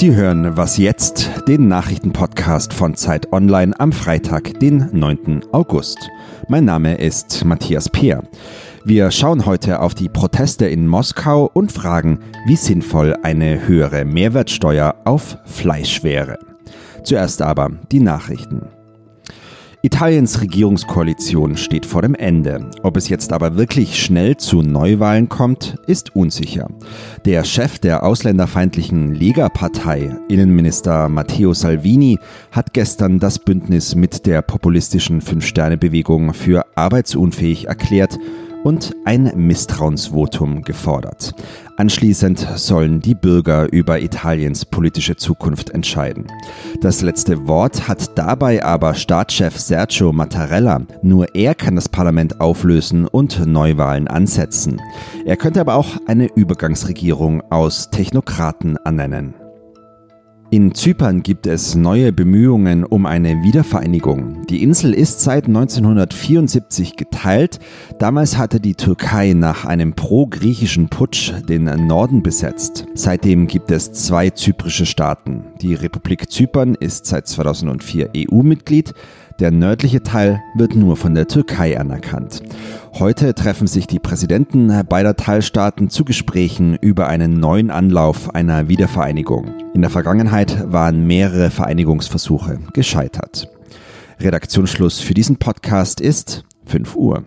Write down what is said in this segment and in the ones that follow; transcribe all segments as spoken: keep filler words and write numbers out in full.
Sie hören Was jetzt?, den Nachrichtenpodcast von Zeit Online am Freitag, den neunten August. Mein Name ist Matthias Peer. Wir schauen heute auf die Proteste in Moskau und fragen, wie sinnvoll eine höhere Mehrwertsteuer auf Fleisch wäre. Zuerst aber die Nachrichten. Italiens Regierungskoalition steht vor dem Ende. Ob es jetzt aber wirklich schnell zu Neuwahlen kommt, ist unsicher. Der Chef der ausländerfeindlichen Lega-Partei, Innenminister Matteo Salvini, hat gestern das Bündnis mit der populistischen Fünf-Sterne-Bewegung für arbeitsunfähig erklärt und ein Misstrauensvotum gefordert. Anschließend sollen die Bürger über Italiens politische Zukunft entscheiden. Das letzte Wort hat dabei aber Staatschef Sergio Mattarella. Nur er kann das Parlament auflösen und Neuwahlen ansetzen. Er könnte aber auch eine Übergangsregierung aus Technokraten ernennen. In Zypern gibt es neue Bemühungen um eine Wiedervereinigung. Die Insel ist seit neunzehnhundertvierundsiebzig geteilt. Damals hatte die Türkei nach einem pro-griechischen Putsch den Norden besetzt. Seitdem gibt es zwei zyprische Staaten. Die Republik Zypern ist seit zweitausendvier E U-Mitglied. Der nördliche Teil wird nur von der Türkei anerkannt. Heute treffen sich die Präsidenten beider Teilstaaten zu Gesprächen über einen neuen Anlauf einer Wiedervereinigung. In der Vergangenheit waren mehrere Vereinigungsversuche gescheitert. Redaktionsschluss für diesen Podcast ist fünf Uhr.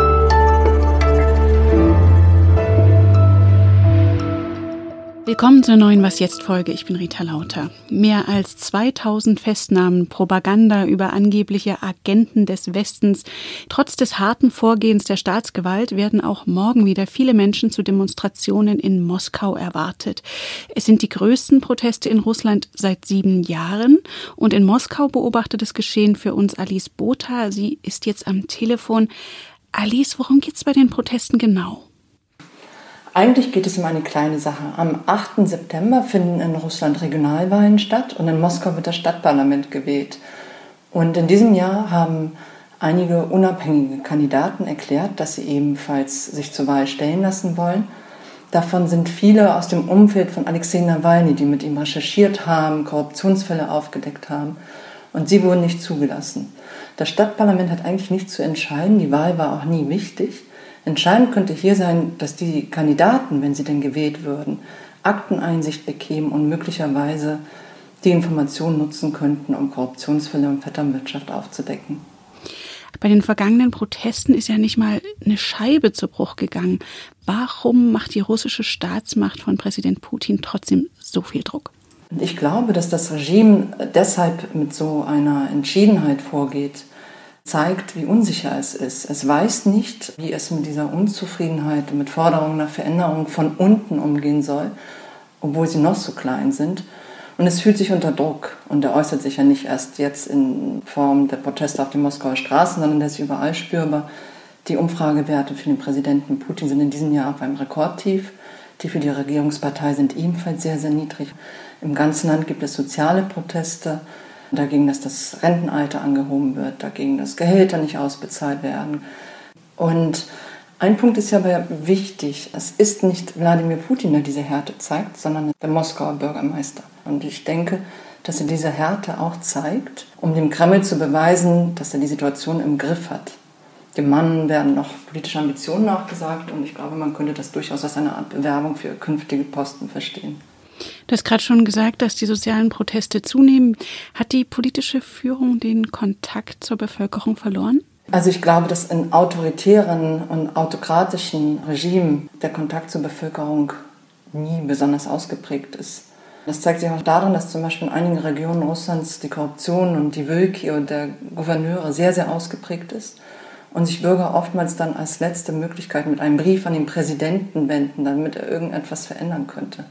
Willkommen zur neuen Was jetzt Folge. Ich bin Rita Lauter. Mehr als zweitausend Festnahmen, Propaganda über angebliche Agenten des Westens. Trotz des harten Vorgehens der Staatsgewalt werden auch morgen wieder viele Menschen zu Demonstrationen in Moskau erwartet. Es sind die größten Proteste in Russland seit sieben Jahren. Und in Moskau beobachtet das Geschehen für uns Alice Botha. Sie ist jetzt am Telefon. Alice, worum geht es bei den Protesten genau? Eigentlich geht es um eine kleine Sache. Am achten September finden in Russland Regionalwahlen statt und in Moskau wird das Stadtparlament gewählt. Und in diesem Jahr haben einige unabhängige Kandidaten erklärt, dass sie ebenfalls sich zur Wahl stellen lassen wollen. Davon sind viele aus dem Umfeld von Alexei Nawalny, die mit ihm recherchiert haben, Korruptionsfälle aufgedeckt haben. Und sie wurden nicht zugelassen. Das Stadtparlament hat eigentlich nichts zu entscheiden. Die Wahl war auch nie wichtig. Entscheidend könnte hier sein, dass die Kandidaten, wenn sie denn gewählt würden, Akteneinsicht bekämen und möglicherweise die Informationen nutzen könnten, um Korruptionsfälle und Vetternwirtschaft aufzudecken. Bei den vergangenen Protesten ist ja nicht mal eine Scheibe zu Bruch gegangen. Warum macht die russische Staatsmacht von Präsident Putin trotzdem so viel Druck? Ich glaube, dass das Regime deshalb mit so einer Entschiedenheit vorgeht, zeigt, wie unsicher es ist. Es weiß nicht, wie es mit dieser Unzufriedenheit und mit Forderungen nach Veränderung von unten umgehen soll, obwohl sie noch so klein sind. Und es fühlt sich unter Druck. Und der äußert sich ja nicht erst jetzt in Form der Proteste auf den Moskauer Straßen, sondern der ist überall spürbar. Die Umfragewerte für den Präsidenten Putin sind in diesem Jahr auf einem Rekordtief. Die für die Regierungspartei sind ebenfalls sehr, sehr niedrig. Im ganzen Land gibt es soziale Proteste dagegen, dass das Rentenalter angehoben wird, dagegen, dass Gehälter nicht ausbezahlt werden. Und ein Punkt ist ja aber wichtig. Es ist nicht Wladimir Putin, der diese Härte zeigt, sondern der Moskauer Bürgermeister. Und ich denke, dass er diese Härte auch zeigt, um dem Kreml zu beweisen, dass er die Situation im Griff hat. Dem Mann werden noch politische Ambitionen nachgesagt und ich glaube, man könnte das durchaus als eine Art Bewerbung für künftige Posten verstehen. Du hast gerade schon gesagt, dass die sozialen Proteste zunehmen. Hat die politische Führung den Kontakt zur Bevölkerung verloren? Also ich glaube, dass in autoritären und autokratischen Regimen der Kontakt zur Bevölkerung nie besonders ausgeprägt ist. Das zeigt sich auch daran, dass zum Beispiel in einigen Regionen Russlands die Korruption und die Willkür der Gouverneure sehr, sehr ausgeprägt ist und sich Bürger oftmals dann als letzte Möglichkeit mit einem Brief an den Präsidenten wenden, damit er irgendetwas verändern könnte.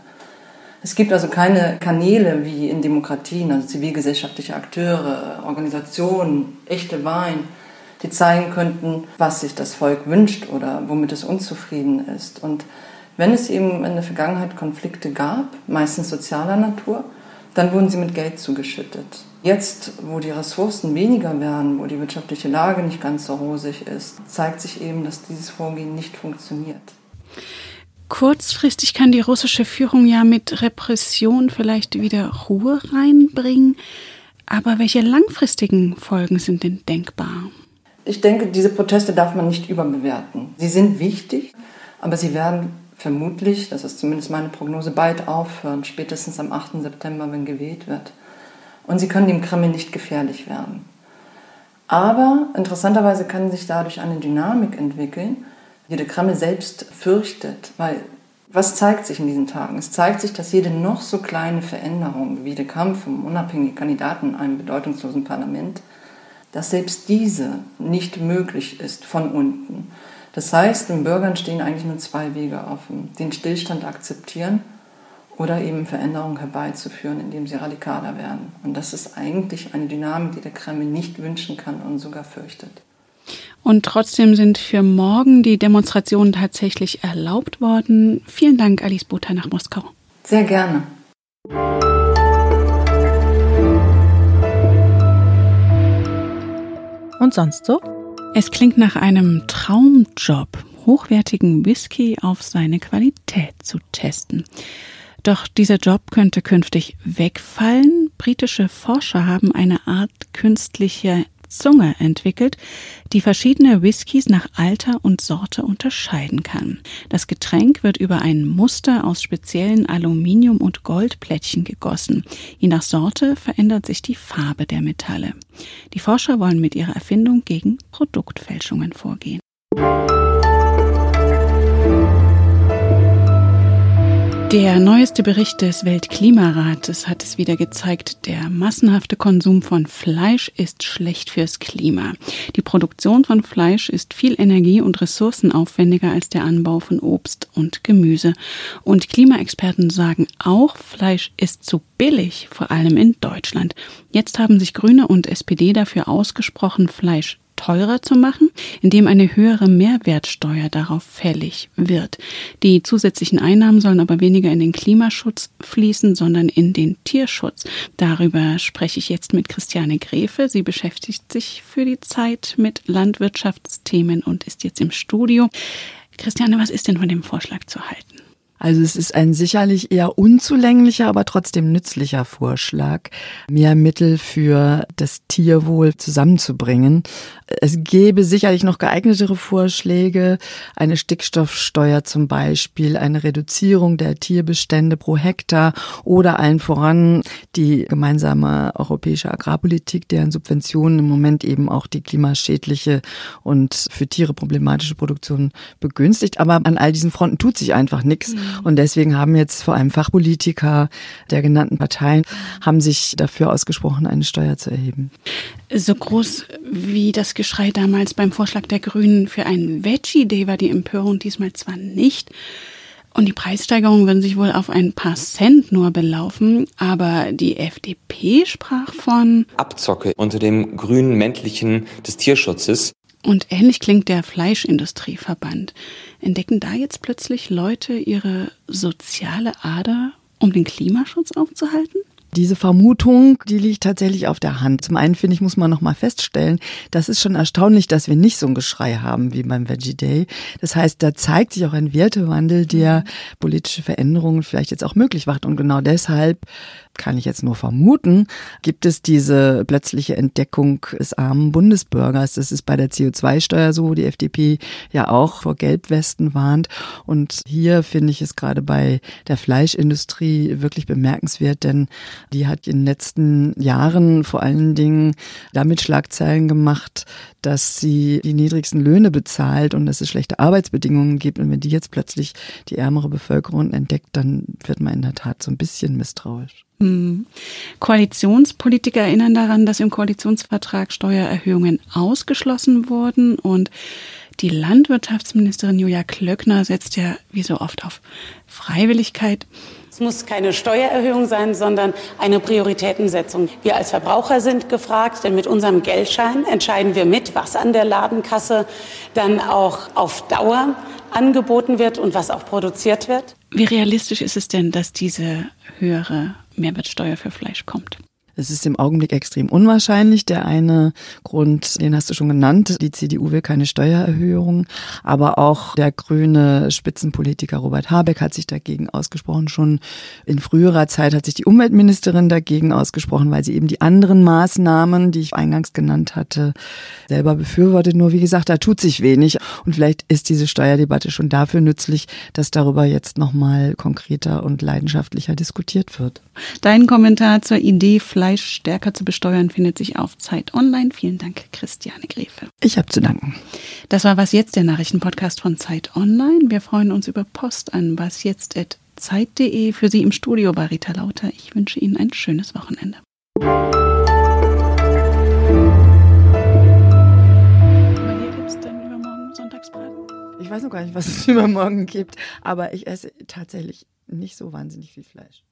Es gibt also keine Kanäle wie in Demokratien, also zivilgesellschaftliche Akteure, Organisationen, echte Wahlen, die zeigen könnten, was sich das Volk wünscht oder womit es unzufrieden ist. Und wenn es eben in der Vergangenheit Konflikte gab, meistens sozialer Natur, dann wurden sie mit Geld zugeschüttet. Jetzt, wo die Ressourcen weniger werden, wo die wirtschaftliche Lage nicht ganz so rosig ist, zeigt sich eben, dass dieses Vorgehen nicht funktioniert. Kurzfristig kann die russische Führung ja mit Repression vielleicht wieder Ruhe reinbringen. Aber welche langfristigen Folgen sind denn denkbar? Ich denke, diese Proteste darf man nicht überbewerten. Sie sind wichtig, aber sie werden vermutlich, das ist zumindest meine Prognose, bald aufhören, spätestens am achten September, wenn gewählt wird. Und sie können dem Kreml nicht gefährlich werden. Aber interessanterweise kann sich dadurch eine Dynamik entwickeln, die der Kreml selbst fürchtet. Weil was zeigt sich in diesen Tagen? Es zeigt sich, dass jede noch so kleine Veränderung wie der Kampf um unabhängige Kandidaten in einem bedeutungslosen Parlament, dass selbst diese nicht möglich ist von unten. Das heißt, den Bürgern stehen eigentlich nur zwei Wege offen. Den Stillstand akzeptieren oder eben Veränderungen herbeizuführen, indem sie radikaler werden. Und das ist eigentlich eine Dynamik, die der Kreml nicht wünschen kann und sogar fürchtet. Und trotzdem sind für morgen die Demonstrationen tatsächlich erlaubt worden. Vielen Dank, Alice Buter nach Moskau. Sehr gerne. Und sonst so? Es klingt nach einem Traumjob, hochwertigen Whisky auf seine Qualität zu testen. Doch dieser Job könnte künftig wegfallen. Britische Forscher haben eine Art künstlicher Zunge entwickelt, die verschiedene Whiskys nach Alter und Sorte unterscheiden kann. Das Getränk wird über ein Muster aus speziellen Aluminium- und Goldplättchen gegossen. Je nach Sorte verändert sich die Farbe der Metalle. Die Forscher wollen mit ihrer Erfindung gegen Produktfälschungen vorgehen. Der neueste Bericht des Weltklimarates hat es wieder gezeigt, der massenhafte Konsum von Fleisch ist schlecht fürs Klima. Die Produktion von Fleisch ist viel energie- und ressourcenaufwendiger als der Anbau von Obst und Gemüse. Und Klimaexperten sagen auch, Fleisch ist zu billig, vor allem in Deutschland. Jetzt haben sich Grüne und S P D dafür ausgesprochen, Fleisch teurer zu machen, indem eine höhere Mehrwertsteuer darauf fällig wird. Die zusätzlichen Einnahmen sollen aber weniger in den Klimaschutz fließen, sondern in den Tierschutz. Darüber spreche ich jetzt mit Christiane Gräfe. Sie beschäftigt sich für die Zeit mit Landwirtschaftsthemen und ist jetzt im Studio. Christiane, was ist denn von dem Vorschlag zu halten? Also es ist ein sicherlich eher unzulänglicher, aber trotzdem nützlicher Vorschlag, mehr Mittel für das Tierwohl zusammenzubringen. Es gäbe sicherlich noch geeignetere Vorschläge, eine Stickstoffsteuer zum Beispiel, eine Reduzierung der Tierbestände pro Hektar oder allen voran die gemeinsame europäische Agrarpolitik, deren Subventionen im Moment eben auch die klimaschädliche und für Tiere problematische Produktion begünstigt. Aber an all diesen Fronten tut sich einfach nichts. Mhm. Und deswegen haben jetzt vor allem Fachpolitiker der genannten Parteien haben sich dafür ausgesprochen, eine Steuer zu erheben. So groß wie das Geschrei damals beim Vorschlag der Grünen für einen Veggie Day war die Empörung diesmal zwar nicht. Und die Preissteigerungen würden sich wohl auf ein paar Cent nur belaufen, aber die F D P sprach von Abzocke unter dem grünen Mäntelchen des Tierschutzes. Und ähnlich klingt der Fleischindustrieverband. Entdecken da jetzt plötzlich Leute ihre soziale Ader, um den Klimaschutz aufzuhalten? Diese Vermutung, die liegt tatsächlich auf der Hand. Zum einen, finde ich, muss man noch mal feststellen, das ist schon erstaunlich, dass wir nicht so ein Geschrei haben wie beim Veggie Day. Das heißt, da zeigt sich auch ein Wertewandel, der politische Veränderungen vielleicht jetzt auch möglich macht. Und genau deshalb, kann ich jetzt nur vermuten, gibt es diese plötzliche Entdeckung des armen Bundesbürgers. Das ist bei der C O zwei Steuer so, wo die F D P ja auch vor Gelbwesten warnt. Und hier finde ich es gerade bei der Fleischindustrie wirklich bemerkenswert, denn die hat in den letzten Jahren vor allen Dingen damit Schlagzeilen gemacht, dass sie die niedrigsten Löhne bezahlt und dass es schlechte Arbeitsbedingungen gibt. Und wenn die jetzt plötzlich die ärmere Bevölkerung entdeckt, dann wird man in der Tat so ein bisschen misstrauisch. Hm. Koalitionspolitiker erinnern daran, dass im Koalitionsvertrag Steuererhöhungen ausgeschlossen wurden und die Landwirtschaftsministerin Julia Klöckner setzt ja wie so oft auf Freiwilligkeit. Es muss keine Steuererhöhung sein, sondern eine Prioritätensetzung. Wir als Verbraucher sind gefragt, denn mit unserem Geldschein entscheiden wir mit, was an der Ladenkasse dann auch auf Dauer angeboten wird und was auch produziert wird. Wie realistisch ist es denn, dass diese höhere Mehrwertsteuer für Fleisch kommt? Es ist im Augenblick extrem unwahrscheinlich. Der eine Grund, den hast du schon genannt, die C D U will keine Steuererhöhung, aber auch der grüne Spitzenpolitiker Robert Habeck hat sich dagegen ausgesprochen. Schon in früherer Zeit hat sich die Umweltministerin dagegen ausgesprochen, weil sie eben die anderen Maßnahmen, die ich eingangs genannt hatte, selber befürwortet. Nur wie gesagt, da tut sich wenig und vielleicht ist diese Steuerdebatte schon dafür nützlich, dass darüber jetzt nochmal konkreter und leidenschaftlicher diskutiert wird. Dein Kommentar zur Idee, Fleisch stärker zu besteuern, findet sich auf Zeit Online. Vielen Dank, Christiane Grefe. Ich habe zu danken. Das war Was Jetzt, der Nachrichtenpodcast von Zeit Online. Wir freuen uns über Post an wasjetzt at zeit punkt de. Für Sie im Studio war Rita Lauter. Ich wünsche Ihnen ein schönes Wochenende. Bei dir gibt es dann übermorgen Sonntagsbraten? Ich weiß noch gar nicht, was es übermorgen gibt, aber ich esse tatsächlich nicht so wahnsinnig viel Fleisch.